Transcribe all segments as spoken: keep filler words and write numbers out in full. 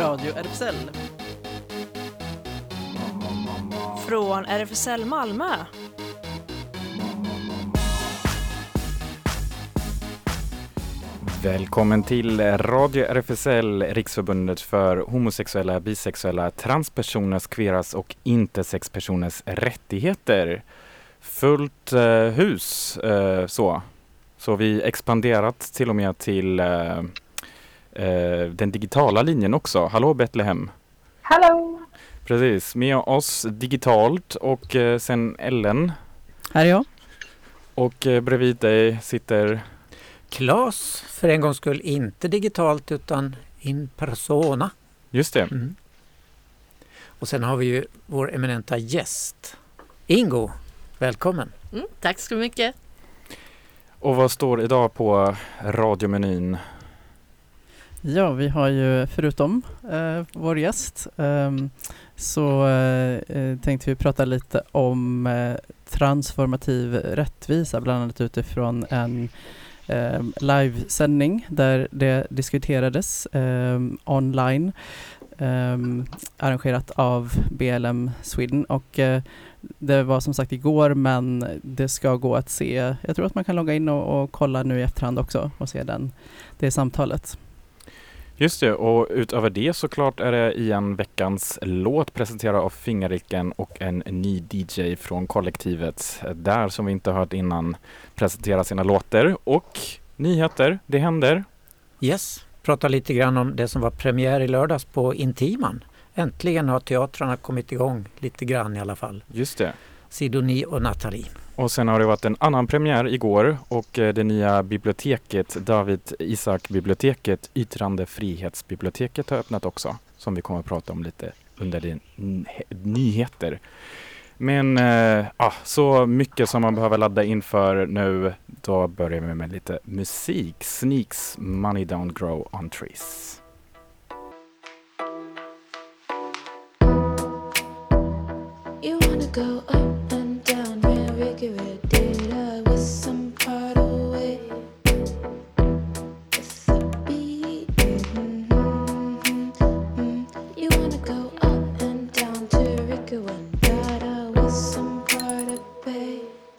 Radio R F S L. Från R F S L Malmö. Välkommen till Radio R F S L, Riksförbundet för homosexuella, bisexuella, transpersoners, queeras och intersexpersoners rättigheter. Fullt eh, hus, eh, så. Så vi expanderat till och med till eh, eh, den digitala linjen också. Hallå Betlehem. Hallå. Precis, med oss digitalt och eh, sen Ellen. Här är jag. Och eh, bredvid dig sitter... Claes, för en gångs skull inte digitalt utan in persona. Just det. Mm. Och sen har vi ju vår eminenta gäst, Ingo. Välkommen. Mm, tack så mycket. Och vad står idag på radiomenyn? Ja, vi har ju förutom eh, vår gäst eh, så eh, tänkte vi prata lite om eh, transformativ rättvisa, bland annat utifrån en eh, livesändning där det diskuterades eh, online, eh, arrangerat av B L M Sweden, och eh, det var som sagt igår, men det ska gå att se. Jag tror att man kan logga in och, och kolla nu i efterhand också och se den, det samtalet. Just det, och utöver det såklart är det igen veckans låt presenterad av Fingerriken och en ny D J från kollektivet där, som vi inte hört innan, presentera sina låtar och nyheter. Det händer. Yes, prata lite grann om det som var premiär i lördags på Intiman. Äntligen har teatrarna kommit igång lite grann i alla fall. Just det. Sidonie och Nathalie. Och sen har det varit en annan premiär igår, och det nya biblioteket, David Isak-biblioteket, Yttrandefrihetsbiblioteket, har öppnat också, som vi kommer att prata om lite under de n- nyheter. Men äh, ah, så mycket som man behöver ladda inför nu. Då börjar vi med lite musik. Sneaks, Money Don't Grow on Trees. You wanna go up and down, merry-go-round, did I was some part away with the beat. Mm-hmm, mm-hmm. You wanna go up and down to Rick-a-wan, did I was some part of bay.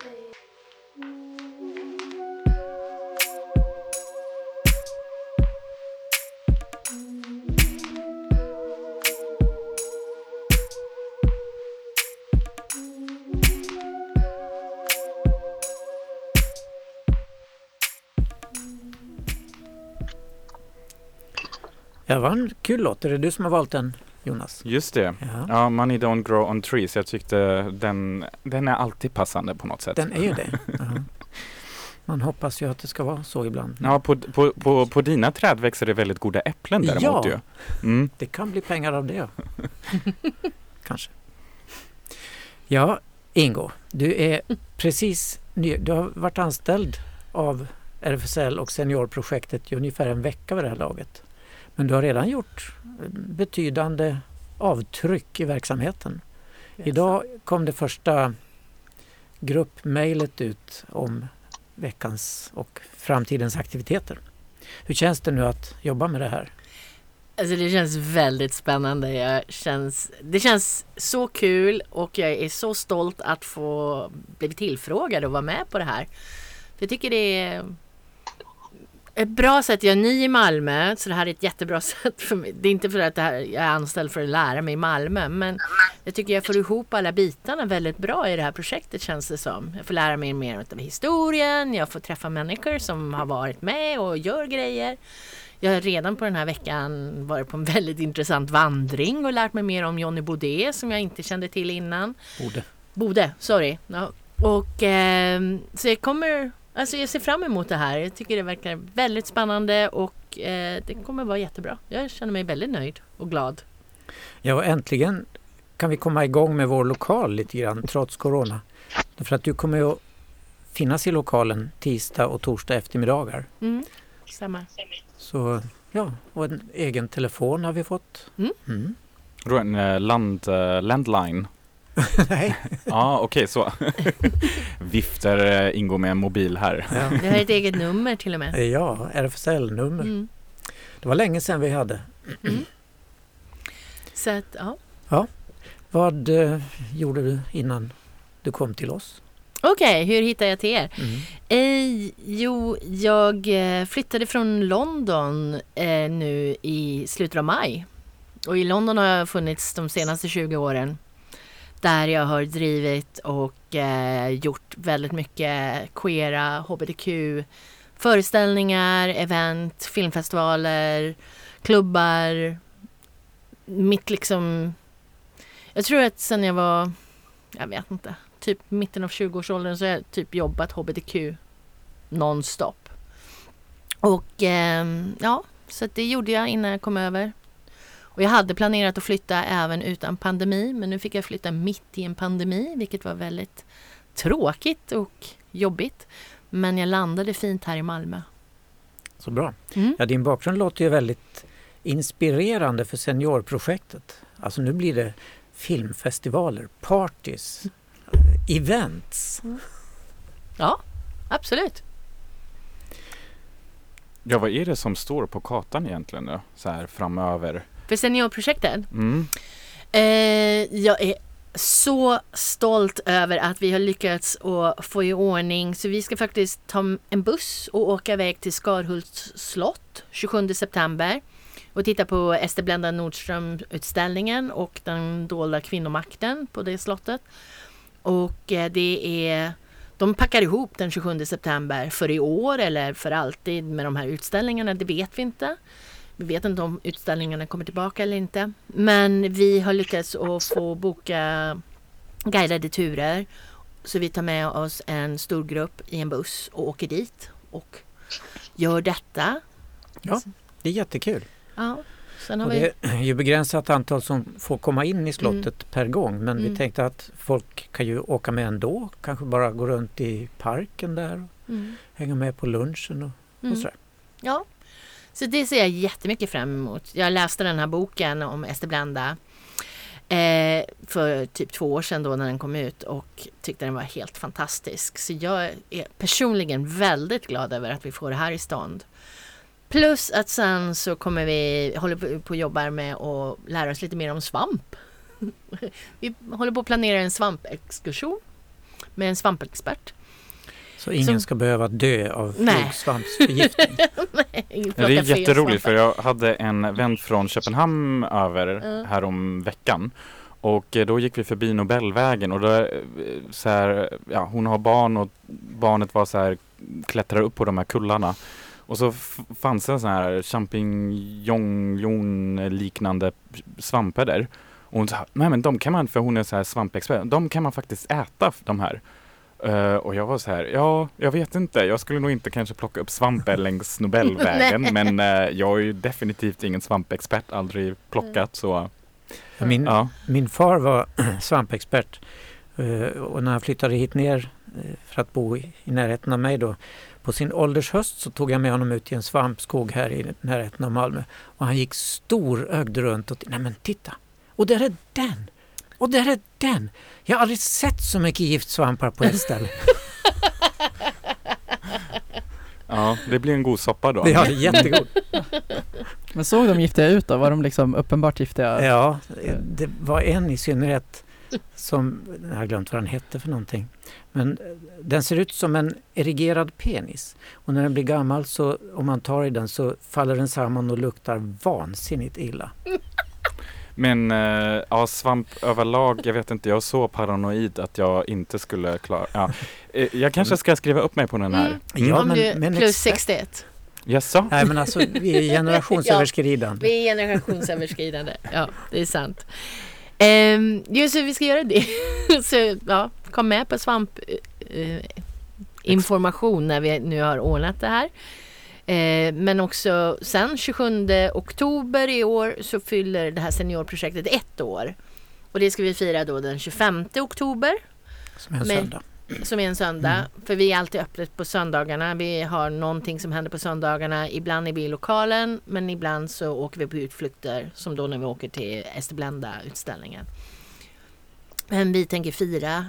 Ja, vad en kul låt. Är det du som har valt den, Jonas? Just det. Ja. Ja, Money Don't Grow on Trees. Jag tyckte den, den är alltid passande på något sätt. Den är ju det. Ja. Man hoppas ju att det ska vara så ibland. Ja, på, på, på, på dina träd växer det väldigt goda äpplen däremot. Ja. ju. Mm. Det kan bli pengar av det. Kanske. Ja, Ingo, du är precis ny. Du har varit anställd av R F S L och seniorprojektet i ungefär en vecka vid det här laget. Men du har redan gjort betydande avtryck i verksamheten. Yes. Idag kom det första gruppmejlet ut om veckans och framtidens aktiviteter. Hur känns det nu att jobba med det här? Alltså det känns väldigt spännande. Jag känns, det känns så kul, och jag är så stolt att få bli tillfrågad och vara med på det här. För jag tycker det är ett bra sätt. Jag är ny i Malmö, så det här är ett jättebra sätt för mig. Det är inte för att det här, jag är anställd för att lära mig i Malmö, men jag tycker jag får ihop alla bitarna väldigt bra i det här projektet, känns det som. Jag får lära mig mer om historien, jag får träffa människor som har varit med och gör grejer. Jag har redan på den här veckan varit på en väldigt intressant vandring och lärt mig mer om Johnny Baudet som jag inte kände till innan. Bode. Bode, sorry. Ja. Och eh, så jag kommer... Alltså jag ser fram emot det här. Jag tycker det verkar väldigt spännande, och eh, det kommer vara jättebra. Jag känner mig väldigt nöjd och glad. Ja, och äntligen kan vi komma igång med vår lokal lite grann trots corona. Därför att du kommer ju att finnas i lokalen tisdag och torsdag eftermiddagar. Mm, stämmer. Så ja, och en egen telefon har vi fått. Mm. Mm. Då en uh, land, uh, landline. Nej. Ja, okej, okay, så. Vifter uh, ingår med en mobil här. Ja. Vi har ett eget nummer till och med. Ja, R F S L-nummer. Mm. Det var länge sedan vi hade. Mm. Så att, ja. Vad eh, gjorde du innan du kom till oss? Okej, hur hittade jag till er? Mm. Eh, jo, jag eh, flyttade från London eh, nu i slutet av maj. Och i London har jag funnits de senaste tjugo åren. Där jag har drivit och eh, gjort väldigt mycket queera, H B T Q, föreställningar, event, filmfestivaler, klubbar. Mitt liksom... Jag tror att sen jag var, jag vet inte, typ mitten av tjugoårsåldern så har jag typ jobbat H B T Q nonstop. Och eh, ja, så att det gjorde jag innan jag kom över. Och jag hade planerat att flytta även utan pandemi, men nu fick jag flytta mitt i en pandemi, vilket var väldigt tråkigt och jobbigt. Men jag landade fint här i Malmö. Så bra. Mm. Ja, din bakgrund låter ju väldigt inspirerande för seniorprojektet. Alltså nu blir det filmfestivaler, parties, events. Ja, absolut. Ja, vad är det som står på kartan egentligen då? Så här framöver. För seniorprojektet? Mm. Eh, jag är så stolt över att vi har lyckats att få i ordning. Så vi ska faktiskt ta en buss och åka iväg till Skarhults slott tjugosjunde september. Och titta på Ester Blenda Nordström-utställningen och den dolda kvinnomakten på det slottet. Och eh, det är... De packar ihop den tjugosjunde september för i år eller för alltid med de här utställningarna. Det vet vi inte. Vi vet inte om utställningarna kommer tillbaka eller inte. Men vi har lyckats att få boka guidade turer. Så vi tar med oss en stor grupp i en buss och åker dit och gör detta. Ja, det är jättekul. Ja, sen har Och vi... det är ju begränsat antal som får komma in i slottet Mm. per gång. Men Mm. vi tänkte att folk kan ju åka med ändå. Kanske bara gå runt i parken där och Mm. hänga med på lunchen och, Mm. och sådär. Ja, så det ser jag jättemycket fram emot. Jag läste den här boken om Ester Blenda eh, för typ två år sedan då när den kom ut och tyckte den var helt fantastisk. Så jag är personligen väldigt glad över att vi får det här i stånd. Plus att sen så kommer vi håller på att jobba med att lära oss lite mer om svamp. Vi håller på att planera en svampexkursion med en svampexpert. Så ingen Som- ska behöva dö av Nej. flugsvampsförgiftning. Det är jätteroligt för jag hade en vän från Köpenhamn över Mm. här om veckan. Och eh, då gick vi förbi Nobelvägen och då, eh, så här, ja, hon har barn och barnet var så här, klättrar upp på de här kullarna. Och så f- fanns en sån här champignon liknande svampar där. Och hon sa, nej men de kan man, för hon är så här svampexpert, de kan man faktiskt äta de här. Uh, och jag var så här, ja, jag vet inte. Jag skulle nog inte kanske plocka upp svampar längs Nobelvägen. Men uh, jag är ju definitivt ingen svampexpert, aldrig plockat. Så, Min, ja. min far var svampexpert eh, och när han flyttade hit ner eh, för att bo i, i närheten av mig då, på sin åldershöst så tog jag med honom ut i en svampskog här i närheten av Malmö. Och han gick storögd runt och nej men titta, och där är den! Och där är den! Jag har aldrig sett så mycket giftsvampar på ett ställe. Ja, det blir en god soppa då. Det är jättegod. Men såg de giftiga ut då? Var de liksom uppenbart giftiga? Ja, det var en i synnerhet som, jag har glömt vad den hette för någonting. Men den ser ut som en erigerad penis. Och när den blir gammal så, om man tar i den så faller den samman och luktar vansinnigt illa. Men uh, ja, svamp överlag, jag vet inte, jag är så paranoid att jag inte skulle klara. Ja. Eh, Jag kanske ska skriva upp mig på den här. Mm. Ja, Om men, du men plus expert- sextioett. Jaså? Nej, men alltså vi är generationsöverskridande. Vi är generationsöverskridande. Ja, det är sant. Um, just så vi ska göra det. Så ja, kom med på svamp uh, information när vi nu har ordnat det här. Eh, men också sen tjugosjunde oktober i år så fyller det här seniorprojektet ett år. Och det ska vi fira då den tjugofemte oktober. Som en Men- söndag. Som är en söndag. För vi är alltid öppet på söndagarna. Vi har någonting som händer på söndagarna. Ibland är vi i lokalen. Men ibland så åker vi på utflykter. Som då när vi åker till Ester Blenda-utställningen. Men vi tänker fira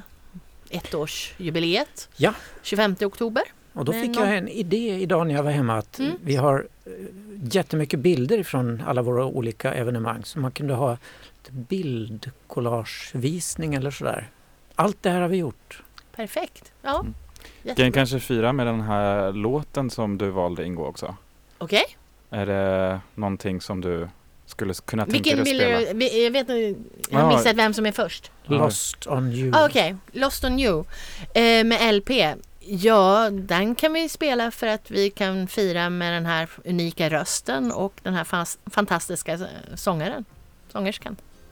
ettårsjubileet. Ja. tjugofemte oktober. Och då Men fick någon- jag en idé idag när jag var hemma att Mm. vi har eh, jättemycket bilder från alla våra olika evenemang. Så man kunde ha lite bildcollagevisning eller sådär. Allt det här har vi gjort. Perfekt. Ja. Mm. Jättebra. Kan kanske fira med den här låten som du valde Ingo också. Okej. Är det någonting som du skulle kunna tänka Vilken dig vill spela? du... vi- Jag vet inte. Jag har Ja. missat vem som är först. Lost on you. Ah, Okej, Lost on you eh, med L P. Ja, den kan vi spela för att vi kan fira med den här unika rösten och den här fas- fantastiska eh, sångaren, sångerskan.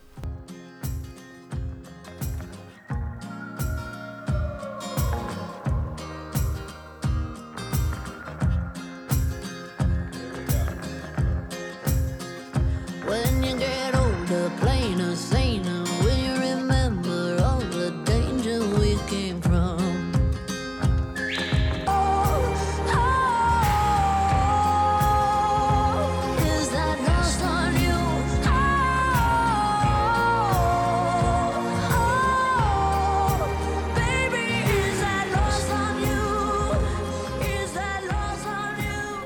When you get older, plainer, saner, will you remember all the danger we came from? Oh, oh, is that lost on you? Oh, oh, baby, is that lost on you? Is that lost on you?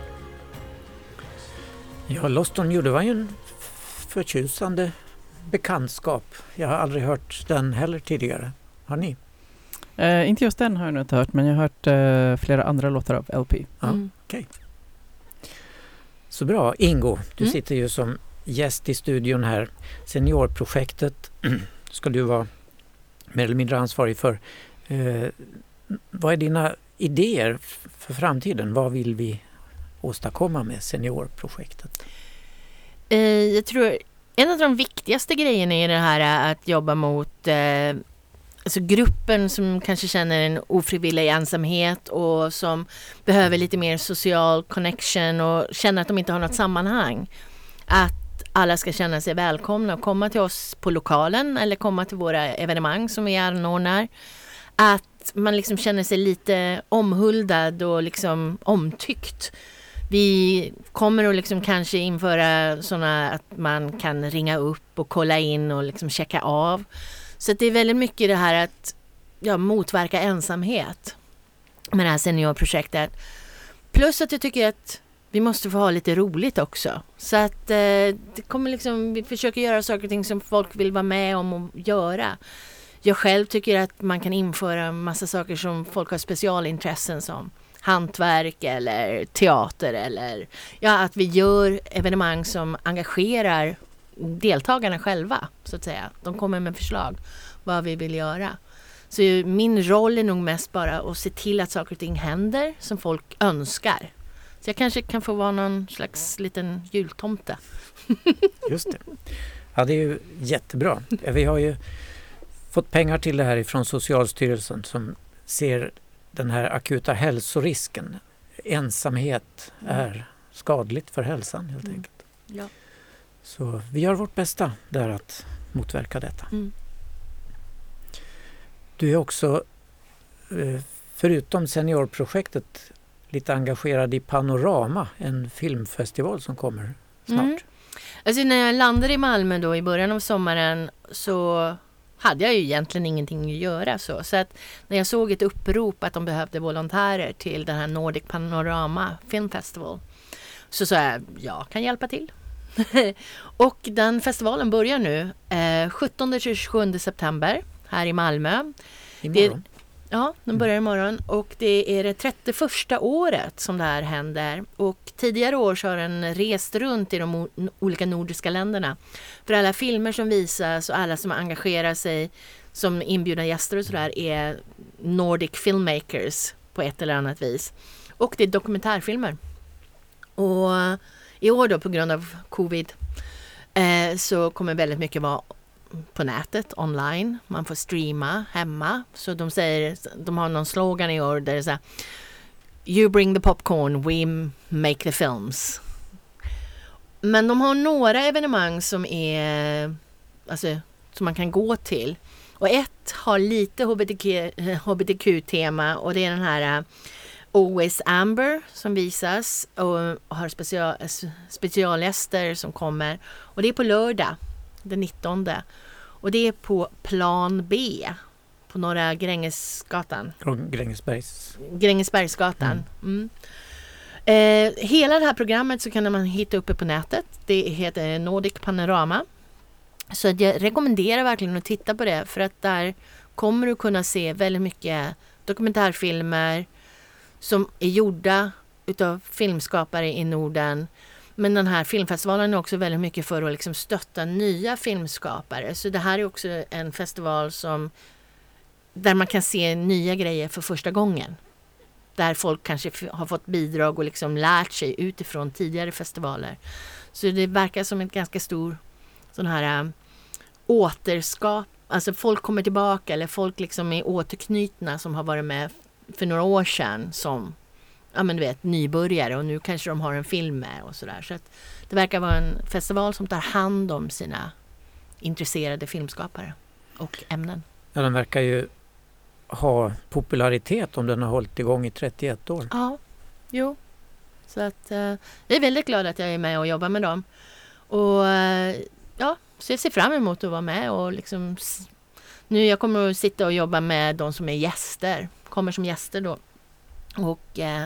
Ja, Lost on you, det var ju en förtjusande bekantskap. Jag har aldrig hört den heller tidigare. Har ni? Eh, inte just den har jag nog inte hört, men jag har hört eh, flera andra låtar av L P. Ja. Mm. Så bra. Ingo, du Mm. sitter ju som gäst i studion här. Seniorprojektet ska du vara mer eller mindre ansvarig för. Eh, vad är dina idéer f- för framtiden? Vad vill vi åstadkomma med seniorprojektet? Eh, jag tror en av de viktigaste grejerna är det här är att jobba mot eh, alltså gruppen som kanske känner en ofrivillig ensamhet och som behöver lite mer social connection och känner att de inte har något sammanhang. Att alla ska känna sig välkomna och komma till oss på lokalen eller komma till våra evenemang som vi anordnar. Att man liksom känner sig lite omhuldad och liksom omtyckt. Vi kommer att liksom kanske införa sådana att man kan ringa upp och kolla in och liksom checka av. Så att det är väldigt mycket det här att ja, motverka ensamhet med det här seniorprojektet. Plus att jag tycker att vi måste få ha lite roligt också. Så att eh, det kommer liksom, vi försöker göra saker och ting som folk vill vara med om och göra. Jag själv tycker att man kan införa en massa saker som folk har specialintressen som hantverk eller teater eller ja, att vi gör evenemang som engagerar deltagarna själva så att säga. De kommer med förslag vad vi vill göra. Så min roll är nog mest bara att se till att saker och ting händer som folk önskar. Så jag kanske kan få vara någon slags liten jultomte. Just det. Ja, det är ju jättebra. Vi har ju fått pengar till det här ifrån Socialstyrelsen som ser den här akuta hälsorisken. Ensamhet är skadligt för hälsan helt Mm. enkelt. Ja. Så vi gör vårt bästa där att motverka detta. Mm. Du är också, eh, förutom seniorprojektet, lite engagerad i Panorama, en filmfestival som kommer snart. Mm. Alltså när jag landade i Malmö då i början av sommaren så hade jag ju egentligen ingenting att göra så. Så att när jag såg ett upprop att de behövde volontärer till den här Nordic Panorama Film Festival så sa jag, jag kan hjälpa till. Och den festivalen börjar nu eh, sjuttonde till tjugosjunde september här i Malmö. Imorgon. Ja, den börjar imorgon och det är det trettioförsta året som det här händer. Och tidigare år så har den rest runt i de o- olika nordiska länderna. För alla filmer som visas och alla som engagerar sig som inbjudna gäster och sådär är Nordic filmmakers på ett eller annat vis. Och det är dokumentärfilmer. Och i år då på grund av covid eh, så kommer väldigt mycket vara på nätet, online. Man får streama hemma. Så de säger, de har någon slogan i år där det är så här, you bring the popcorn, we make the films. Men de har några evenemang som är alltså, som man kan gå till. Och ett har lite H B T Q, H B T Q-tema och det är den här uh, Always Amber som visas och har special, specialgäster som kommer. Och det är på lördag, den nittonde. Och det är på plan B på Norra Grängesgatan. Grängesbergs. Grängesbergsgatan. Mm. Eh, hela det här programmet så kan man hitta uppe på nätet. Det heter Nordic Panorama. Så jag rekommenderar verkligen att titta på det, för att där kommer du kunna se väldigt mycket dokumentärfilmer som är gjorda utav filmskapare i Norden. Men den här filmfestivalen är också väldigt mycket för att liksom stötta nya filmskapare. Så det här är också en festival som där man kan se nya grejer för första gången. Där folk kanske f- har fått bidrag och liksom lärt sig utifrån tidigare festivaler. Så det verkar som en ganska stor sån här um, återskap. Alltså folk kommer tillbaka, eller folk liksom är återknytna som har varit med för några år sedan som, ja men du vet, nybörjare, och nu kanske de har en film med och sådär. Så att det verkar vara en festival som tar hand om sina intresserade filmskapare och ämnen. Ja, den verkar ju ha popularitet om den har hållit igång i trettioett år. Ja, jo. Så att eh, jag är väldigt glad att jag är med och jobbar med dem. Och eh, ja, så jag ser fram emot att vara med och liksom s- nu jag kommer att sitta och jobba med de som är gäster. Kommer som gäster då. Och eh,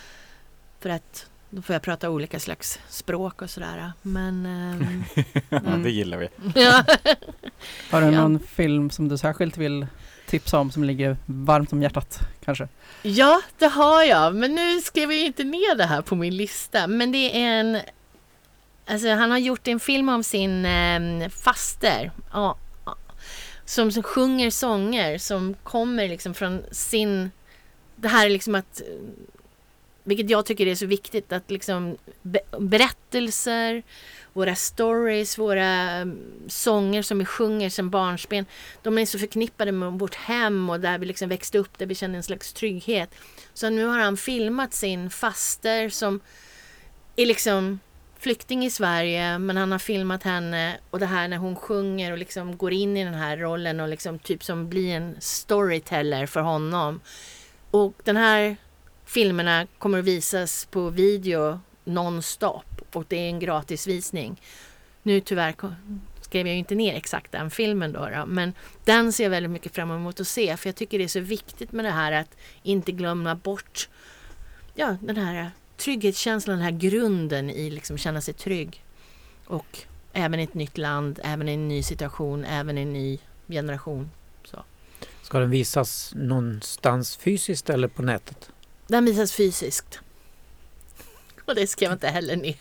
för att då får jag prata olika slags språk och sådär. Men ehm, Ja, Mm. det gillar vi. ja. Har du Ja. någon film som du särskilt vill tipsa om som ligger varmt om hjärtat kanske? Ja, det har jag. Men nu skrev jag inte ner det här på min lista. Men det är en... Alltså han har gjort en film om sin eh, faster. Ja, ja. Som, som sjunger sånger som kommer liksom från sin... Det här är liksom att... Vilket jag tycker är så viktigt. Att liksom be, berättelser, våra stories, våra um, sånger som vi sjunger som barnsben. De är så förknippade med vårt hem och där vi liksom växte upp, där vi känner en slags trygghet. Så nu har han filmat sin faster som är liksom flykting i Sverige, men han har filmat henne och det här när hon sjunger och liksom går in i den här rollen och liksom typ som blir en storyteller för honom. Och den här filmerna kommer att visas på video non-stop och det är en gratisvisning. Nu tyvärr skrev jag ju inte ner exakt den filmen då, då, men den ser jag väldigt mycket fram emot att se, för jag tycker det är så viktigt med det här att inte glömma bort ja, den här trygghetskänslan, den här grunden i liksom känna sig trygg. Och även i ett nytt land, även i en ny situation, även i en ny generation. Så. Ska den visas någonstans fysiskt eller på nätet? Den visas fysiskt. Och det skrev jag inte heller ner.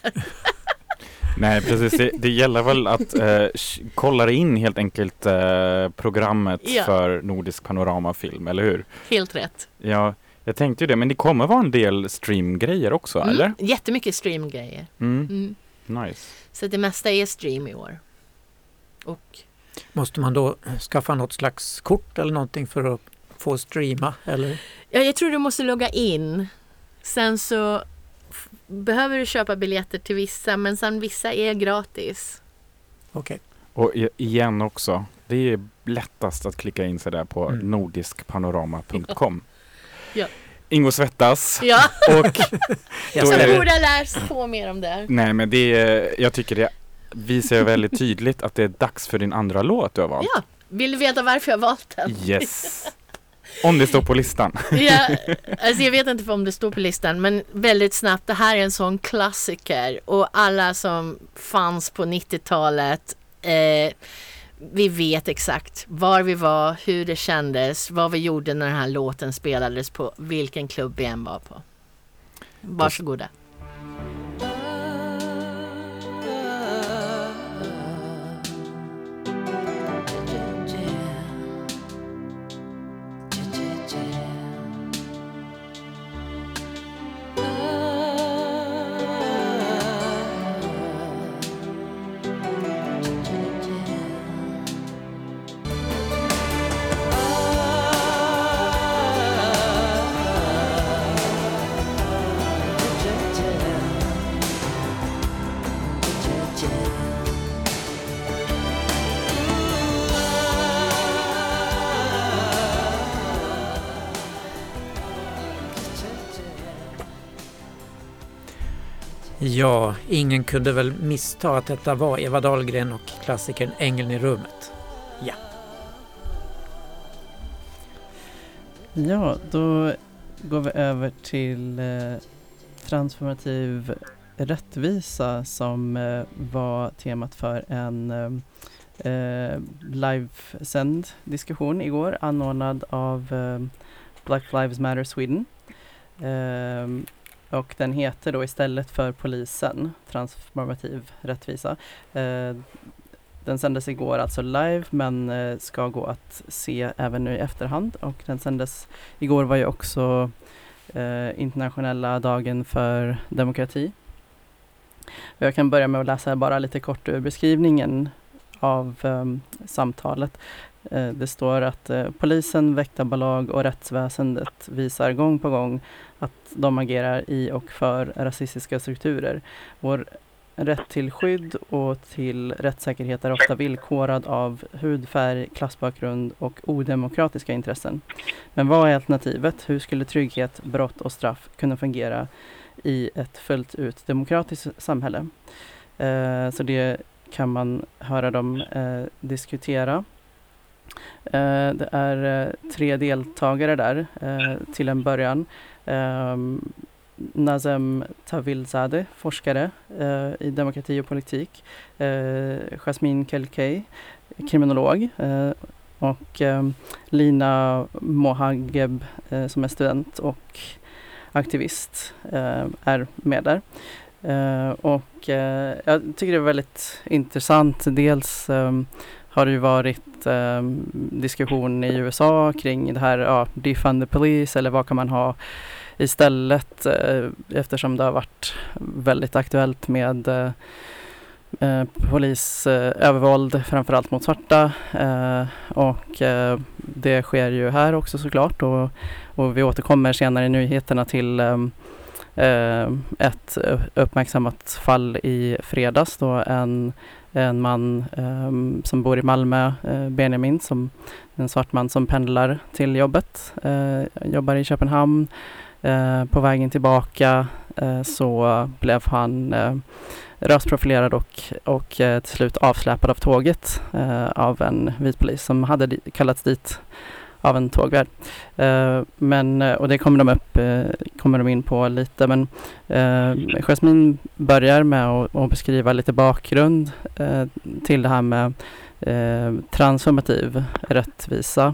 Nej, precis. Det, det gäller väl att eh, sh- kolla in helt enkelt eh, programmet Ja. för Nordisk Panoramafilm, eller hur? Helt rätt. Ja, jag tänkte ju det, men det kommer vara en del streamgrejer också, Mm, eller? jättemycket streamgrejer. Mm. Mm. Nice. Så det mesta är stream i år. Och Måste man då skaffa något slags kort eller någonting för att få streama? Eller? ja, jag tror du måste logga in. Sen så f- behöver du köpa biljetter till vissa, men sen vissa är gratis. Okej. Och i- igen också, det är lättast att klicka in sig där på Mm. nordiskpanorama punkt com. Ja. Ingo svettas. Ja, Och Jag Då är så det- ställer, borde jag lära på mer om det. nej, men det är, jag tycker det visar ju väldigt tydligt att det är dags för din andra låt du har valt. Ja, vill du veta varför jag har valt den? Yes. Om det står på listan. Ja, alltså jag vet inte om det står på listan, men väldigt snabbt, det här är en sån klassiker och alla som fanns på nittiotalet, eh, vi vet exakt var vi var, hur det kändes, vad vi gjorde när den här låten spelades på vilken klubb vi än var på. Varsågoda. ja, ingen kunde väl missta att detta var Eva Dahlgren och klassikern Ängeln i rummet. Ja, då går vi över till eh, transformativ rättvisa som eh, var temat för en eh, livesänd diskussion igår anordnad av eh, Black Lives Matter Sweden. Eh, och den heter då istället för polisen transformativ rättvisa. Eh, den sändes igår alltså live men eh, ska gå att se även nu i efterhand, och den sändes igår var ju också eh, internationella dagen för demokrati. Jag kan börja med att läsa bara lite kort ur beskrivningen av um, samtalet. Uh, det står att uh, polisen, väktarbolag och rättsväsendet visar gång på gång att de agerar i och för rasistiska strukturer. Vår rätt till skydd och till rättssäkerhet är ofta villkorad av hudfärg, klassbakgrund och odemokratiska intressen. Men vad är alternativet? Hur skulle trygghet, brott och straff kunna fungera i ett fullt ut demokratiskt samhälle? Eh, så det kan man höra dem eh, diskutera. Eh, det är eh, tre deltagare där eh, till en början. Eh, Nazem Tavilzadeh, forskare eh, i demokrati och politik. Eh, Jasmine Kelkey, kriminolog. Eh, och eh, Lina Mohageb eh, som är student och aktivist eh, är med där. Eh, och eh, jag tycker det är väldigt intressant. Dels eh, har det ju varit eh, diskussion i U S A kring det här, ja, defund the police, eller vad kan man ha istället, eh, eftersom det har varit väldigt aktuellt med eh, eh, polisövervåld, eh, framförallt mot svarta. Eh, och eh, det sker ju här också såklart, och, och vi återkommer senare i nyheterna till eh, ett uppmärksammat fall i fredags då en, en man eh, som bor i Malmö, eh, Benjamin, som en svart man som pendlar till jobbet, eh, jobbar i Köpenhamn. Eh, på vägen tillbaka eh, så blev han eh, rasprofilerad och, och eh, till slut avsläpad av tåget eh, av en vit polis som hade di- kallats dit av en tågvärd. Eh, men, och det kommer de, upp, eh, kommer de in på lite, men eh, Jasmine börjar med att, att beskriva lite bakgrund eh, till det här med eh, transformativ rättvisa.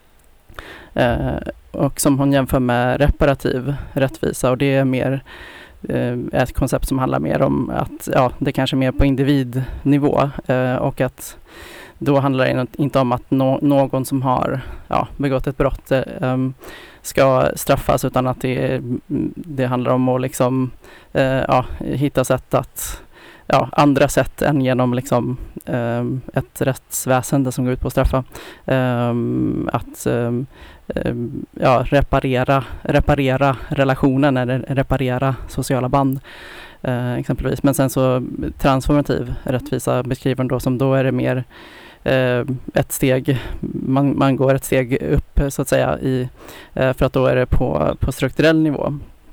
Eh, och som hon jämför med reparativ rättvisa, och det är mer eh, ett koncept som handlar mer om att, ja, det kanske är mer på individnivå, eh, och att då handlar det inte om att no- någon som har ja, begått ett brott eh, ska straffas, utan att det, det handlar om att liksom, eh, ja, hitta sätt att Ja, andra sätt än genom liksom, um, ett rättsväsende som går ut på att straffa. Um, att um, um, ja, reparera, reparera relationen eller reparera sociala band uh, exempelvis. Men sen så transformativ rättvisa beskriver då som då är det mer uh, ett steg, man, man går ett steg upp så att säga i, uh, för att då är det på, på strukturell nivå.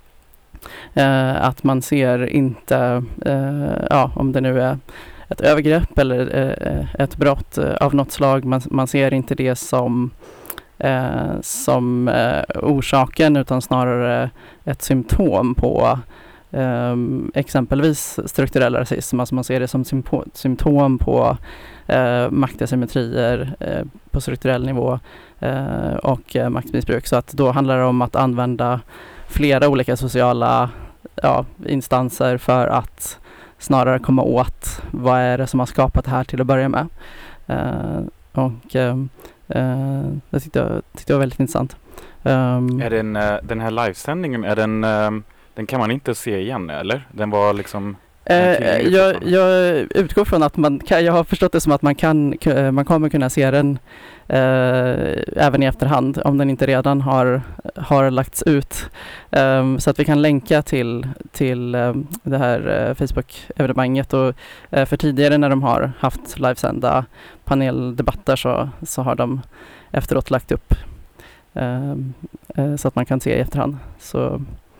Uh, att man ser inte, uh, ja, om det nu är ett övergrepp eller uh, ett brott uh, av något slag, man, man ser inte det som, uh, som uh, orsaken, utan snarare ett symptom på um, exempelvis strukturell rasism. Alltså man ser det som sympo- symptom på uh, maktasymmetrier uh, på strukturell nivå uh, och uh, maktmissbruk. Så att då handlar det om att använda flera olika sociala ja, instanser för att snarare komma åt vad är det som har skapat det här till att börja med. Uh, och uh, uh, det tyckte jag, tyckte jag var väldigt intressant. Um, är den, uh, den här livesändningen, är den, uh, den kan man inte se igen, eller? Den var liksom... Uh, jag, jag utgår från att man kan, jag har förstått det som att man kan, man kommer kunna se den uh, även i efterhand om den inte redan har, har lagts ut. Um, så att vi kan länka till, till um, det här uh, Facebook-evenemanget, och uh, för tidigare när de har haft livesända paneldebatter så, så har de efteråt lagt upp uh, uh, så att man kan se i efterhand. Så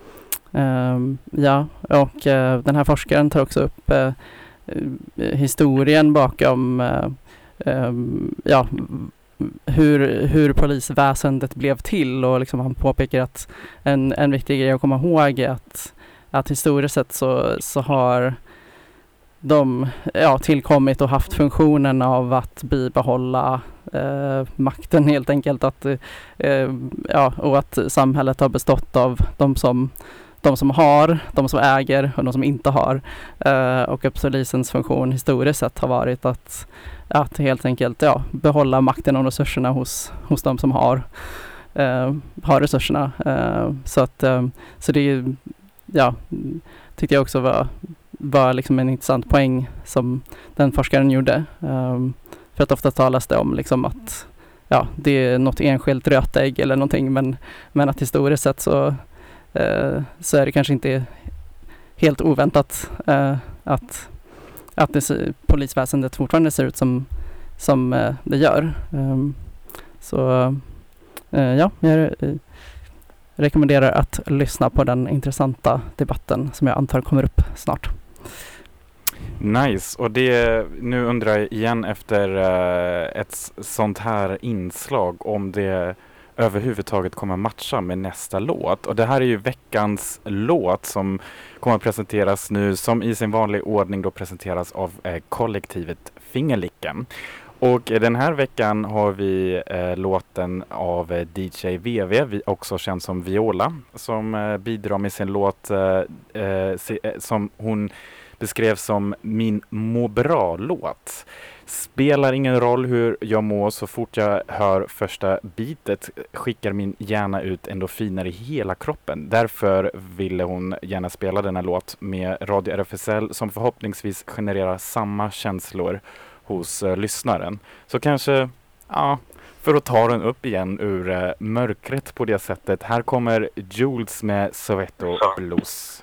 Um, ja, och uh, den här forskaren tar också upp uh, historien bakom uh, um, ja, hur, hur polisväsendet blev till, och liksom han påpekar att en, en viktig grej att komma ihåg är att att historiskt sett så, så har de ja, tillkommit och haft funktionen av att bibehålla eh, makten helt enkelt. Att, eh, ja, och att samhället har bestått av de som, de som har, de som äger och de som inte har. Eh, och att polisens funktion historiskt sett har varit att, att helt enkelt ja, behålla makten och resurserna hos, hos de som har, eh, har resurserna. Eh, så, att, eh, så det ja, tyckte jag också var var liksom en intressant poäng som den forskaren gjorde. Um, för att ofta talas det om liksom att ja, det är något enskilt rötägg eller någonting, men, men att historiskt sett så, uh, så är det kanske inte helt oväntat uh, att, att det, polisväsendet fortfarande ser ut som, som uh, det gör. Um, så uh, ja, jag uh, rekommenderar att lyssna på den intressanta debatten som jag antar kommer upp snart. Nice, och det, nu undrar jag igen efter uh, ett sånt här inslag om det överhuvudtaget kommer matcha med nästa låt. Och det här är ju veckans låt som kommer presenteras nu, som i sin vanliga ordning då presenteras av uh, kollektivet Fingerlicken. Och uh, den här veckan har vi uh, låten av uh, D J V V, vi också känd som Viola, som uh, bidrar med sin låt uh, uh, se, uh, som hon beskrev som min må bra-låt. Spelar ingen roll hur jag mår, så fort jag hör första bitet skickar min hjärna ut endorfiner i hela kroppen. Därför ville hon gärna spela denna låt med Radio R F S L som förhoppningsvis genererar samma känslor hos uh, lyssnaren. Så kanske, ja, för att ta den upp igen ur uh, mörkret på det sättet. Här kommer Jules med Soweto Blues.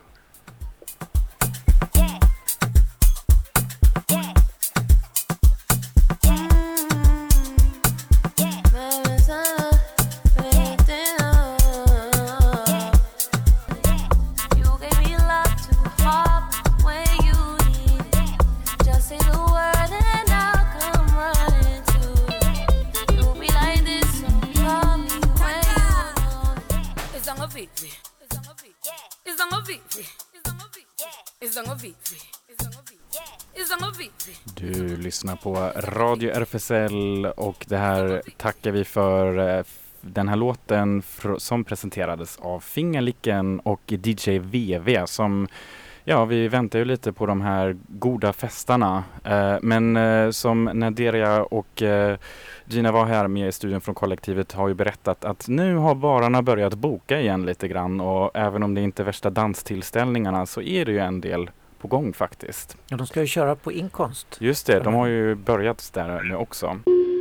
Du lyssnar på Radio R F S L och det här tackar vi för eh, den här låten fr- som presenterades av Fingerlicken och D J V V som, ja, vi väntar ju lite på de här goda festarna. Eh, men eh, som Naderia och eh, Gina var här med i studion från kollektivet har ju berättat att nu har bararna börjat boka igen lite grann, och även om det inte är värsta danstillställningarna så är det ju en del på gång faktiskt. Ja, de ska ju köra på inkomst. Just det, de har ju börjat där nu också.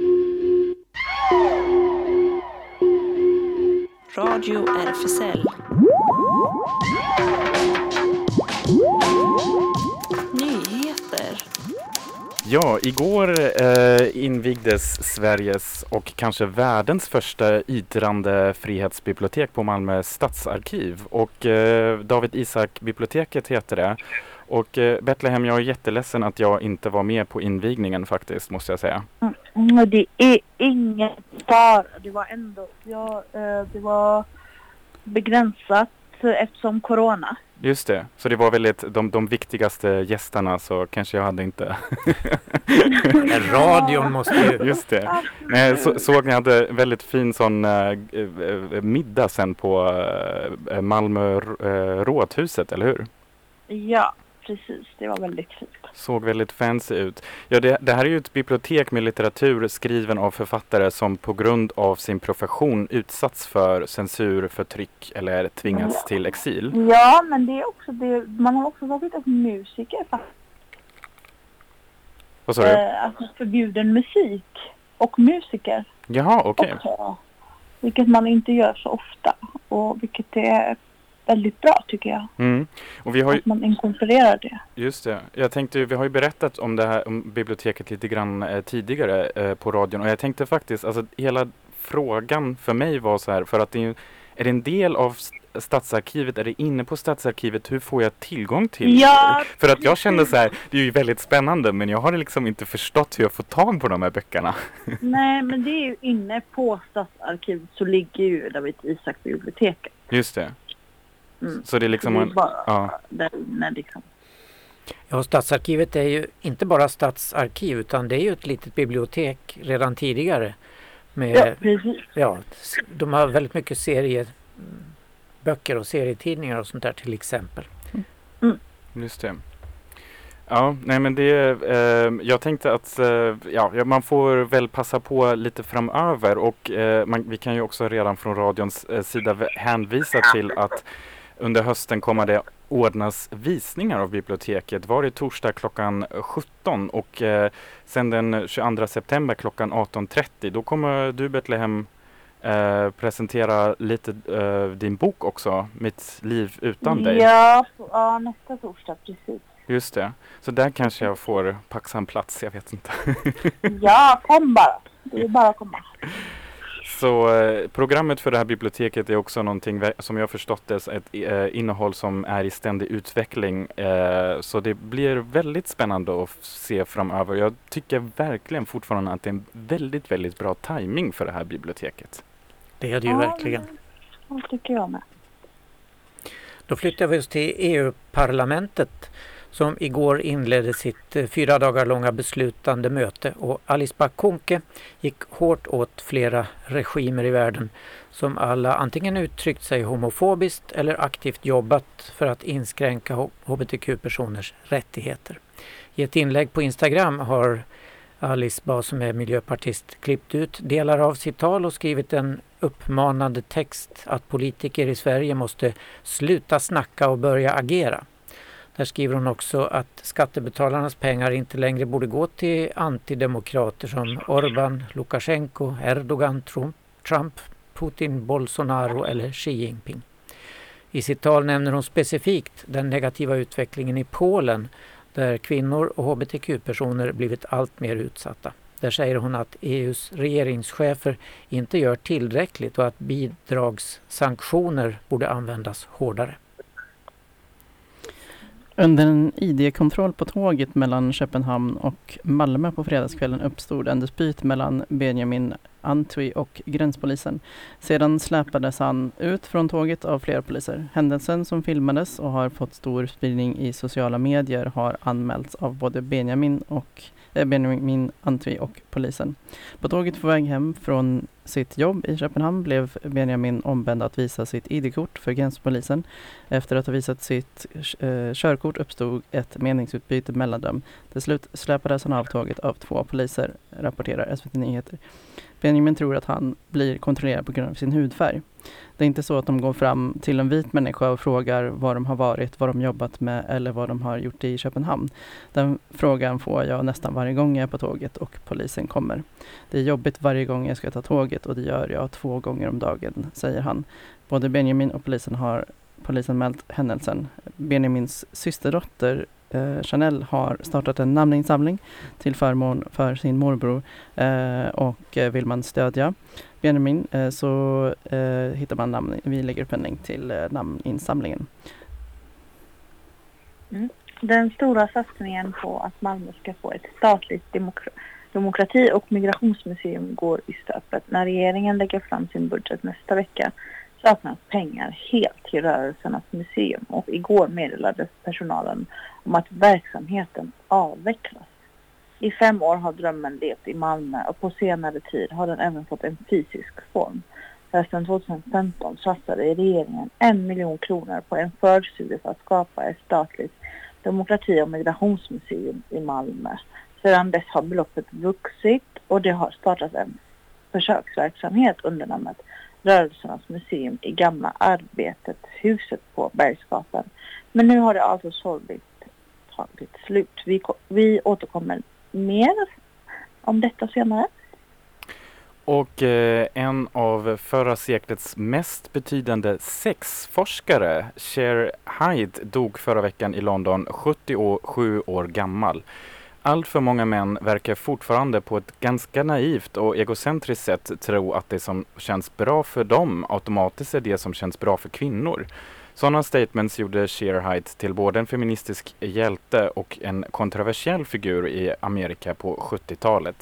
Radio R F S L. Nyheter. Ja, igår eh, invigdes Sveriges och kanske världens första yttrande frihetsbibliotek på Malmö stadsarkiv. Och eh, David Isak-biblioteket heter det. Och eh, Betlehem, jag är jätteledsen att jag inte var med på invigningen faktiskt, måste jag säga. Mm, det är ingen fara. Det var ändå, ja, eh, det var begränsat eftersom corona. Just det, så det var väldigt de, de viktigaste gästerna, så kanske jag hade inte... Radion måste ju... Just det. Nej, så, såg ni hade väldigt fin sån äh, äh, middag sen på äh, Malmö äh, rådhuset, eller hur? Ja, precis. Det var väldigt fint. Såg väldigt fancy ut. Ja, det, det här är ju ett bibliotek med litteratur skriven av författare som på grund av sin profession utsatts för censur, förtryck eller tvingats till exil. Ja, men det är också det. Man har också varit av musiker faktiskt. Vad sa du? Eh, alltså förbjuden musik och musiker. Jaha, okej. Okay. Vilket man inte gör så ofta. Och vilket är väldigt bra, tycker jag. Mm. Och vi har ju, att man inkorporerar det. Just det. Jag tänkte, vi har ju berättat om det här om biblioteket lite grann eh, tidigare eh, på radion. Och jag tänkte faktiskt, alltså hela frågan för mig var så här, för att det är, är det en del av Stadsarkivet, är det inne på Stadsarkivet, hur får jag tillgång till ja, det? För att jag kände så här, det är ju väldigt spännande, men jag har liksom inte förstått hur jag får tag på de här böckerna. Nej, men det är ju inne på Stadsarkivet så ligger ju David Isak-biblioteket. Just det. Mm. Så det är liksom det är en, bara ja. där inne liksom. Ja, Stadsarkivet är ju inte bara stadsarkiv utan det är ju ett litet bibliotek redan tidigare. Med, Ja, precis. ja, s- de har väldigt mycket serieböcker och serietidningar och sånt där till exempel. Just det. Ja, nej men det, eh, jag tänkte att eh, ja, ja, man får väl passa på lite framöver och eh, man, vi kan ju också redan från radions eh, sida v- hänvisa till att under hösten kommer det ordnas visningar av biblioteket varje torsdag klockan sjutton och eh, sen den tjugoandra september klockan arton trettio. Då kommer du Betlehem eh, presentera lite eh, din bok också, Mitt liv utan dig. Ja, ja, nästa torsdag, precis. Just det. Så där kanske jag får paxa en plats, jag vet inte. Ja, kom bara. Det är bara att komma. Så eh, programmet för det här biblioteket är också någonting vä- som jag har förstått det, ett eh, innehåll som är i ständig utveckling. Eh, så det blir väldigt spännande att f- se framöver. Jag tycker verkligen fortfarande att det är en väldigt, väldigt bra timing för det här biblioteket. Det är det ju verkligen. Det tycker jag med. Då flyttar vi oss till E U-parlamentet som igår inledde sitt eh, fyra dagar långa beslutande möte och Alice Bah Kuhnke gick hårt åt flera regimer i världen som alla antingen uttryckt sig homofobiskt eller aktivt jobbat för att inskränka H B T Q-personers rättigheter. I ett inlägg på Instagram har Alice Bah, som är miljöpartist, klippt ut delar av sitt tal och skrivit en uppmanande text att politiker i Sverige måste sluta snacka och börja agera. Där skriver hon också att skattebetalarnas pengar inte längre borde gå till antidemokrater som Orbán, Lukasjenko, Erdogan, Trump, Trump, Putin, Bolsonaro eller Xi Jinping. I sitt tal nämner hon specifikt den negativa utvecklingen i Polen där kvinnor och H B T Q-personer blivit allt mer utsatta. Där säger hon att E U:s regeringschefer inte gör tillräckligt och att bidragssanktioner borde användas hårdare. Under en I D-kontroll på tåget mellan Köpenhamn och Malmö på fredagskvällen uppstod en dispyt mellan Benjamin Antwi och gränspolisen. Sedan släpades han ut från tåget av flera poliser. Händelsen som filmades och har fått stor spridning i sociala medier har anmälts av både Benjamin och eh, Benjamin Antwi och polisen. På tåget på väg hem från sitt jobb i Köpenhamn blev Benjamin ombedd att visa sitt I D-kort för gränspolisen. Efter att ha visat sitt eh, körkort uppstod ett meningsutbyte mellan dem. Till slut släpades han av tåget av två poliser, rapporterar S V T Nyheter. Benjamin tror att han blir kontrollerad på grund av sin hudfärg. Det är inte så att de går fram till en vit människa och frågar var de har varit, vad de jobbat med eller vad de har gjort i Köpenhamn. Den frågan får jag nästan varje gång jag är på tåget och polisen kommer. Det är jobbigt varje gång jag ska ta tåget och det gör jag två gånger om dagen, säger han. Både Benjamin och polisen har polisen mält händelsen. Benjamins systerdotter Eh, Chanel har startat en namninsamling till förmån för sin morbror eh, och eh, vill man stödja Benjamin eh, så eh, hittar man namn. Vi lägger upp en länk till eh, namninsamlingen. Mm. Den stora satsningen på att Malmö ska få ett statligt demokra- demokrati- och migrationsmuseum går i stöpet. När regeringen lägger fram sin budget nästa vecka saknas pengar helt till rörelsernas museum och igår meddelades personalen om att verksamheten avvecklas. I fem år har drömmen levt i Malmö och på senare tid har den även fått en fysisk form. Hösten tjugohundrafemton satsade regeringen en miljon kronor på en förstudie för att skapa ett statligt demokrati- och migrationsmuseum i Malmö. Sedan dess har beloppet vuxit och det har startat en försöksverksamhet under namnet Rörelsernas museum i gamla Arbetet, huset på Bergsgatan. Men nu har det alltså sorgligt tagit slut. Vi, vi återkommer mer om detta senare. Och eh, en av förra seklets mest betydande sexforskare, Cher Hyde, dog förra veckan i London, sjuttiosju år gammal. Allt för många män verkar fortfarande på ett ganska naivt och egocentriskt sätt tro att det som känns bra för dem automatiskt är det som känns bra för kvinnor. Sådana statements gjorde Cher Hyde till både en feministisk hjälte och en kontroversiell figur i Amerika på sjuttiotalet.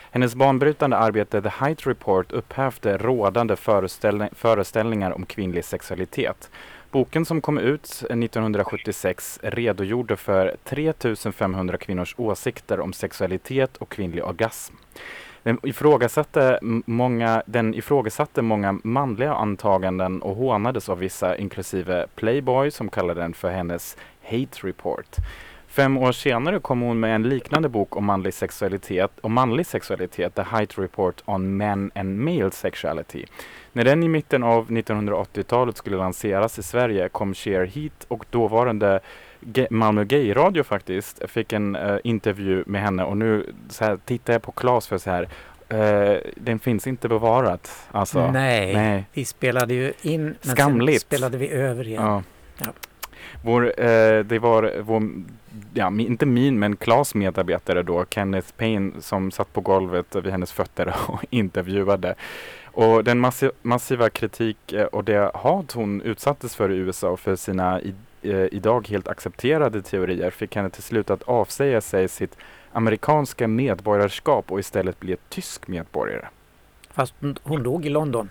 Hennes banbrytande arbete The Height Report upphävde rådande föreställning, föreställningar om kvinnlig sexualitet. Boken som kom ut nittonhundrasjuttiosex redogjorde för tre tusen femhundra kvinnors åsikter om sexualitet och kvinnlig orgasm. Den ifrågasatte många, den ifrågasatte många manliga antaganden och hånades av vissa, inklusive Playboy, som kallade den för hennes Hate Report. Fem år senare kom hon med en liknande bok om manlig sexualitet, om manlig sexualitet, The Height Report on Men and Male Sexuality. När den i mitten av nittonhundraåttiotalet skulle lanseras i Sverige kom Cher hit och dåvarande Ge- Malmö Gay Radio faktiskt fick en uh, intervju med henne, och nu så här, tittar jag på Claes för så här, uh, den finns inte bevarat. Alltså, nej, nej, vi spelade ju in, men Skamligt. sen spelade vi över igen. ja. Ja. Vår, eh, det var vår, ja, mi- inte min, men Claes medarbetare då, Kenneth Payne, som satt på golvet vid hennes fötter och intervjuade. Och den massi- massiva kritik eh, och det hat hon utsattes för i U S A för sina i, eh, idag helt accepterade teorier fick henne till slut att avsäga sig sitt amerikanska medborgarskap och istället bli ett tysk medborgare. Fast hon, hon dog i London.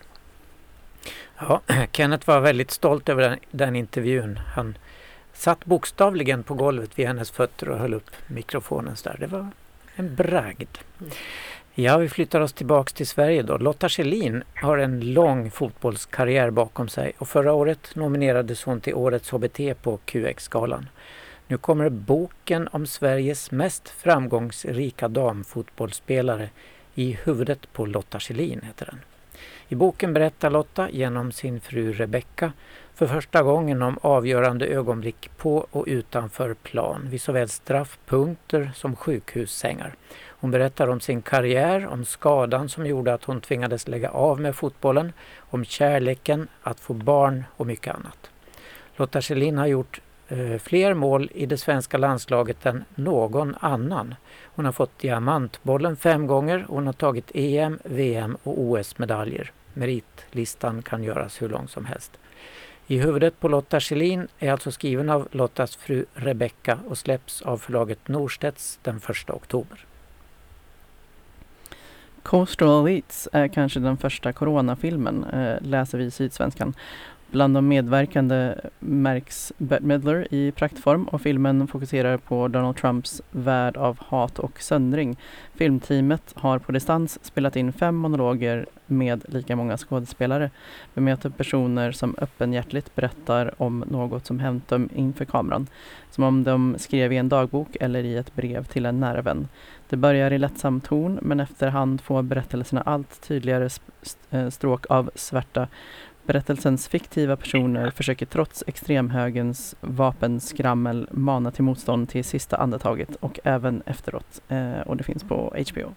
Ja, Kenneth var väldigt stolt över den, den intervjun. Han satt bokstavligen på golvet vid hennes fötter och höll upp mikrofonen där. Det var en bragd. Ja, vi flyttar oss tillbaks till Sverige då. Lotta Schelin har en lång fotbollskarriär bakom sig och förra året nominerades hon till årets H B T på Q X-galan. Nu kommer boken om Sveriges mest framgångsrika damfotbollsspelare I huvudet på Lotta Schelin, heter den. I boken berättar Lotta genom sin fru Rebecca för första gången om avgörande ögonblick på och utanför plan vid såväl straffpunkter som sjukhussängar. Hon berättar om sin karriär, om skadan som gjorde att hon tvingades lägga av med fotbollen, om kärleken, att få barn och mycket annat. Lotta Schelin har gjort eh, fler mål i det svenska landslaget än någon annan. Hon har fått diamantbollen fem gånger. Hon har tagit E M, V M och O S-medaljer. Meritlistan kan göras hur lång som helst. I huvudet på Lotta Schelin är alltså skriven av Lottas fru Rebecca och släpps av förlaget Norstedts den första oktober. Coastal Elites är kanske den första coronafilmen, eh, läser vi i Sydsvenskan. Bland de medverkande märks Bette Midler i praktform och filmen fokuserar på Donald Trumps värld av hat och söndring. Filmteamet har på distans spelat in fem monologer med lika många skådespelare. Vi möter personer som öppenhjärtligt berättar om något som hänt dem inför kameran. Som om de skrev i en dagbok eller i ett brev till en nära vän. Det börjar i lättsam ton, men efterhand får berättelserna allt tydligare sp- stråk av svärta. Berättelsens fiktiva personer försöker trots extremhögens vapenskrammel mana till motstånd till sista andetaget och även efteråt. Eh, och det finns på H B O.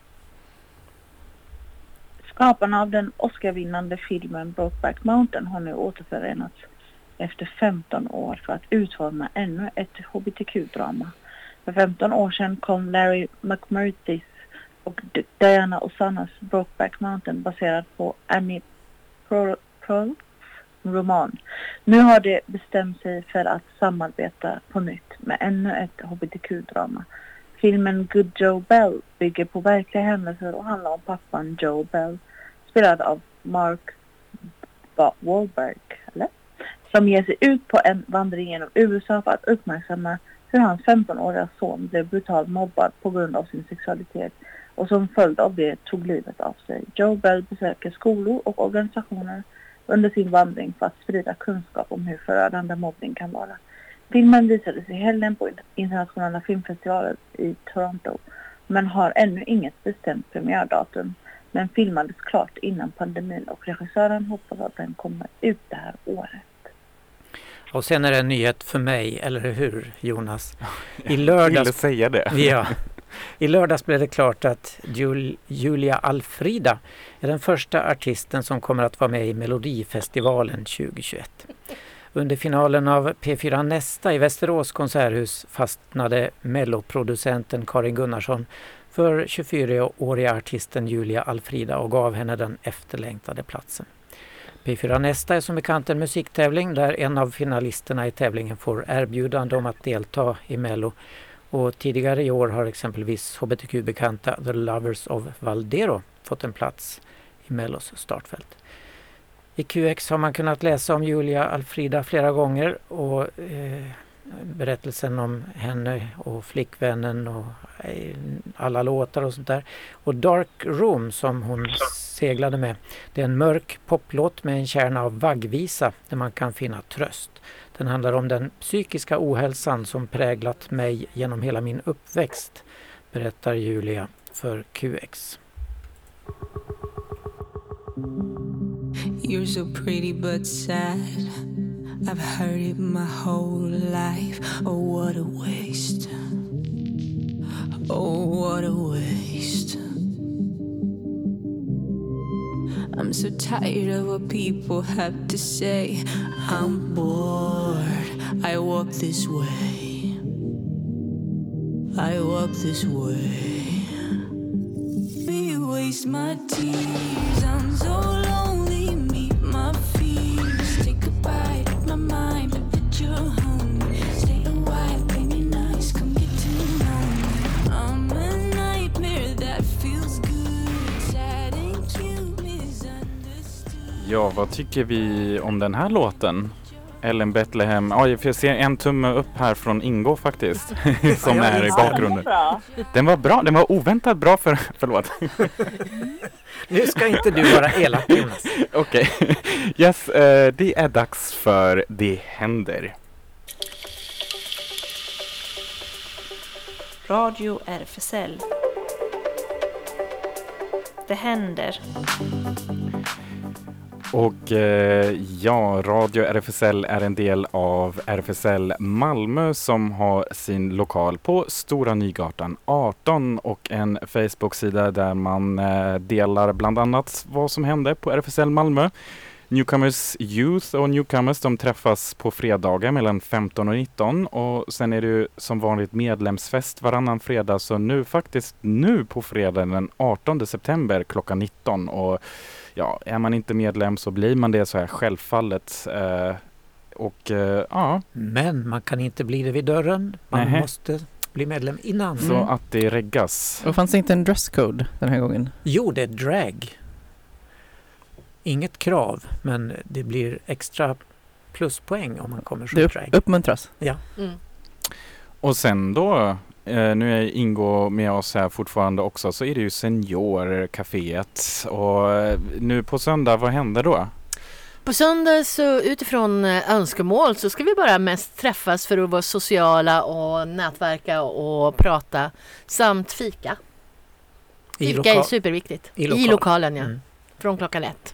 Skaparna av den Oscar-vinnande filmen Brokeback Mountain har nu återförenats efter femton år för att utforma ännu ett H B T Q-drama. För femton år sedan kom Larry McMurtry's och Diana Osanas Brokeback Mountain baserad på Annie Proulx roman. Nu har de bestämt sig för att samarbeta på nytt med ännu ett H B T Q-drama. Filmen Good Joe Bell bygger på verkliga händelser och handlar om pappan Joe Bell, spelad av Mark Wahlberg, eller? Som ger sig ut på en vandring genom U S A för att uppmärksamma hur hans femton-åriga son blev brutalt mobbad på grund av sin sexualitet och som följd av det tog livet av sig. Joe Bell besöker skolor och organisationer under sin vandring för att sprida kunskap om hur förödande mobbning kan vara. Filmen visades i helgen på internationella filmfestivalen i Toronto men har ännu inget bestämt premiärdatum, men filmades klart innan pandemin och regissören hoppas att den kommer ut det här året. Och sen är det en nyhet för mig, eller hur Jonas? I Jag lördags, ville säga det. ja, I lördags blev det klart att Jul, Julia Alfrida är den första artisten som kommer att vara med i Melodifestivalen tjugohundratjugoett. Under finalen av P fyra Nästa i Västerås konserthus fastnade melloproducenten Karin Gunnarsson för tjugofyraåriga artisten Julia Alfrida och gav henne den efterlängtade platsen. P fyra Nästa är som bekant en musiktävling där en av finalisterna i tävlingen får erbjudande om att delta i Mello. Och tidigare i år har exempelvis H B T Q-bekanta The Lovers of Valdero fått en plats i Mellos startfält. I Q X har man kunnat läsa om Julia Alfrida flera gånger och eh, berättelsen om henne och flickvännen och eh, alla låtar och sånt där. Och Dark Room som hon seglade med, det är en mörk poplåt med en kärna av vaggvisa där man kan finna tröst. Den handlar om den psykiska ohälsan som präglat mig genom hela min uppväxt, berättar Julia för Q X. You're so pretty but sad. I've heard it my whole life. Oh, what a waste. Oh, what a waste. I'm so tired of what people have to say. I'm bored. I walk this way. I walk this way. Me waste my tears. I'm so lonely. Meet my fears. Take a bite of my mind. A picture home. Stay a while. Play me nice. Come get to know me. I'm a nightmare that feels good. Sad and cute. Misunderstood. Ja, vad tycker vi om den här låten? Ellen Bethlehem. Oj, för jag ser en tumme upp här från Ingo faktiskt. Som är i bakgrunden. Den var bra. Den var oväntat bra för... Förlåt. Nu ska inte du vara elak, Jonas. Okej. Okay. Yes, eh, det är dags för Det händer. Radio R F S L. Det händer. Och eh, ja, Radio R F S L är en del av R F S L Malmö som har sin lokal på Stora Nygatan arton och en Facebook-sida där man eh, delar bland annat vad som händer på R F S L Malmö. Newcomers Youth och Newcomers de träffas på fredagar mellan femton och nitton och sen är det ju som vanligt medlemsfest varannan fredag, så nu faktiskt nu på fredag den artonde september klockan nitton, och ja, är man inte medlem så blir man det, så här självfallet. Eh, och eh, ja. Men man kan inte bli det vid dörren. Man Nähe. måste bli medlem innan. Så att det reggas. Och fanns det inte en dresscode den här gången? Jo, det är drag. Inget krav, men det blir extra pluspoäng om man kommer som Det upp, drag. uppmuntras. Ja. Mm. Och sen då, eh, nu är Ingo med oss här fortfarande också, så är det ju Seniorcaféet. Och eh, nu på söndag, vad händer då? På söndag så utifrån eh, önskemål så ska vi bara mest träffas för att vara sociala och nätverka och prata samt fika. I, Fika loka- är superviktigt. i, I, lokal- lokalen, ja. Mm. Från klockan ett.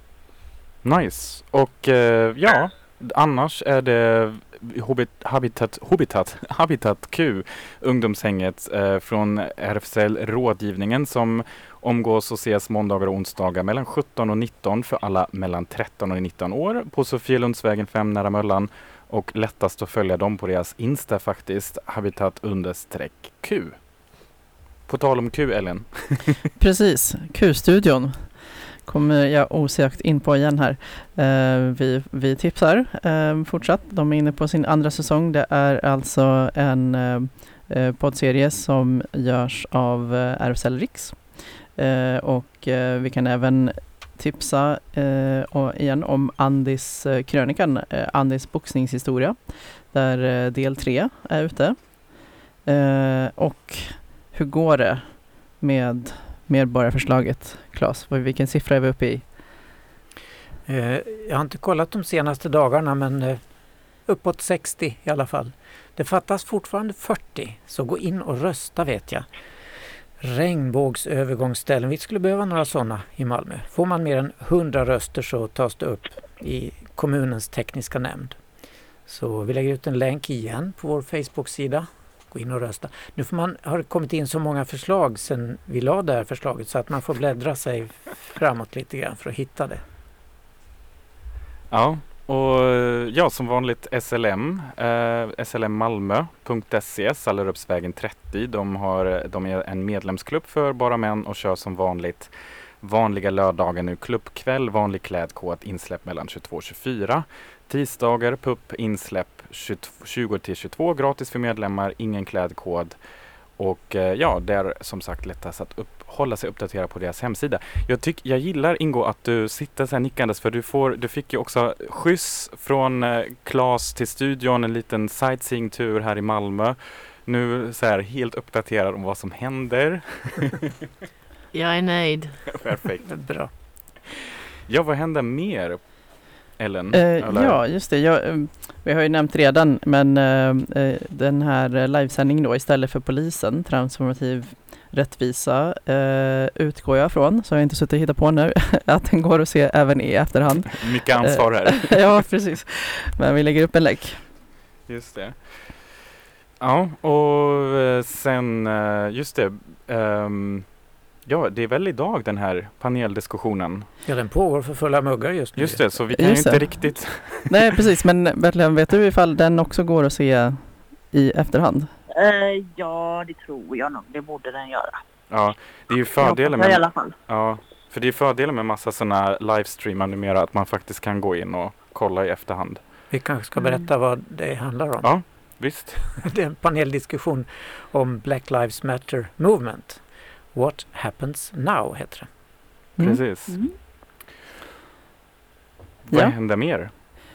Nice. Och eh, ja, annars är det Hobbit, Habitat, Habitat, Habitat Q, ungdomshänget eh, från R F S L-rådgivningen som omgås och ses måndagar och onsdagar mellan sjutton och nitton för alla mellan tretton och nitton år på Sofielundsvägen fem nära Möllan, och lättast att följa dem på deras Insta faktiskt, Habitat understreck Q. På tal om Q, Ellen. Precis, Q-studion kommer jag osökt in på igen här. Eh, vi, vi tipsar eh, fortsatt. De är inne på sin andra säsong. Det är alltså en eh, poddserie som görs av eh, R F S L Riks. Eh, och eh, vi kan även tipsa eh, och igen om Andis eh, krönikan, eh, Andis boxningshistoria, där eh, del tre är ute. Eh, och hur går det med medborgarförslaget, Claes? Vilken siffra är vi uppe i? Eh, jag har inte kollat de senaste dagarna, men eh, uppåt sextio i alla fall. Det fattas fortfarande fyrtio, så gå in och rösta vet jag. Regnbågsövergångsställen, vi skulle behöva några sådana i Malmö. Får man mer än hundra röster så tas det upp i kommunens tekniska nämnd. Så vi lägger ut en länk igen på vår Facebook-sida. Gå in och rösta. Nu får man, har det kommit in så många förslag sedan vi la det här förslaget så att man får bläddra sig framåt lite grann för att hitta det. Ja, och ja, som vanligt S L M, eh, S L M Malmö punkt se, Sallerupsvägen trettio. De, har, de är en medlemsklubb för bara män och kör som vanligt vanliga lördagar nu klubbkväll, vanlig klädkod, insläpp mellan tjugotvå och tjugofyra. Tisdagar, pupp, insläpp tjugo till tjugotvå, gratis för medlemmar, ingen klädkod. Och eh, ja, det är som sagt lättast att upp, hålla sig uppdaterad på deras hemsida. Jag, tyck, jag gillar, Ingo, att du sitter så här nickandes, för du, får, du fick ju också skjuts från eh, Klas till studion, en liten sightseeing-tur här i Malmö. Nu så här helt uppdaterad om vad som händer. Jag är nöjd. Perfekt. Bra. Ja, vad händer mer, Ellen? Eh, Eller? ja, just det. Jag, eh, vi har ju nämnt redan, men eh, eh, den här livesändningen då istället för polisen, transformativ rättvisa, eh, utgår jag från, så jag har inte suttit och hittat på nu, att den går att se även i efterhand. Mycket ansvar här. Ja, precis. Men vi lägger upp en länk. Just det. Ja, och eh, sen, eh, just det. ehm, ja, det är väl idag den här paneldiskussionen. Ja, den pågår för fulla muggar just nu. Just det, så vi kan Just ju inte det. riktigt... Nej, precis. Men Betlehem, vet du ifall den också går att se i efterhand? Eh, ja, det tror jag nog. Det borde den göra. Ja, det är ju Jag fördelen hoppas i med... alla fall. Ja, för det är fördelen med massa sådana livestreamar numera, att man faktiskt kan gå in och kolla i efterhand. Vi kanske ska berätta vad det handlar om. Ja, visst. Det är en paneldiskussion om Black Lives Matter Movement. What happens now heter det. Mm. Precis. Mm. Vad Ja. händer mer?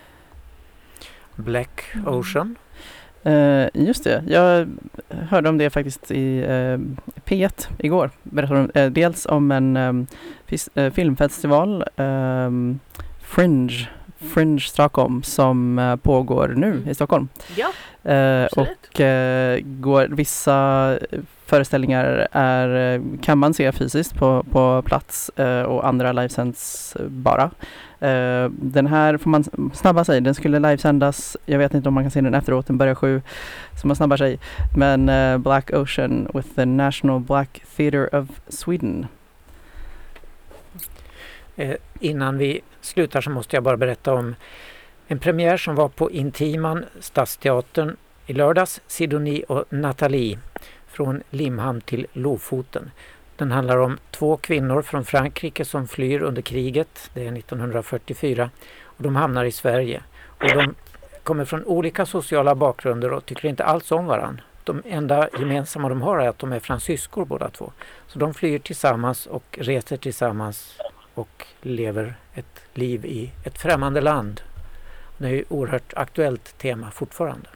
Black Ocean. Eh, just det, jag hörde om det faktiskt i eh, P ett igår. Berättade de, eh, dels om en eh, fis, eh, filmfestival, eh, Fringe, Fringe Stockholm, som eh, pågår nu Mm. i Stockholm. Ja, Eh, absolut. och eh, går, vissa föreställningar är, eh, kan man se fysiskt på, på plats eh, och andra livesänds bara. Eh, den här får man snabba sig. Den skulle livesändas. Jag vet inte om man kan se den efteråt. Den börjar sju, så man snabbar sig. Men eh, Black Ocean with the National Black Theatre of Sweden. Eh, innan vi slutar så måste jag bara berätta om en premiär som var på Intiman, Stadsteatern i lördags. Sidonie och Nathalie från Limhamn till Lofoten. Den handlar om två kvinnor från Frankrike som flyr under kriget. Det är nittonhundrafyrtiofyra. Och de hamnar i Sverige. Och de kommer från olika sociala bakgrunder och tycker inte alls om varandra. De enda gemensamma de har är att de är fransyskor båda två. Så de flyr tillsammans och reser tillsammans och lever ett liv i ett främmande land. Det är ju ett oerhört aktuellt tema fortfarande.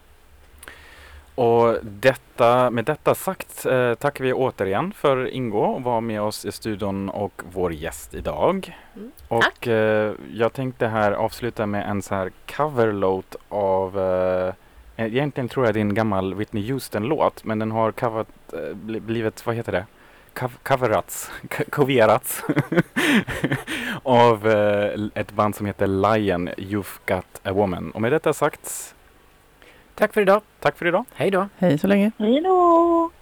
Och detta, med detta sagt eh, tackar vi återigen för Ingo och var med oss i studion och vår gäst idag. Mm, Och eh, jag tänkte här avsluta med en så här coverlåt av, eh, egentligen tror jag det är en gammal Whitney Houston-låt, men den har coverat, eh, bli- blivit, vad heter det? Cov- coverats, co- coverats av eh, ett band som heter Lion, You've Got a Woman. Och med detta sagt, Tack för idag. tack för idag. Hej då. Hej så länge. Hej då!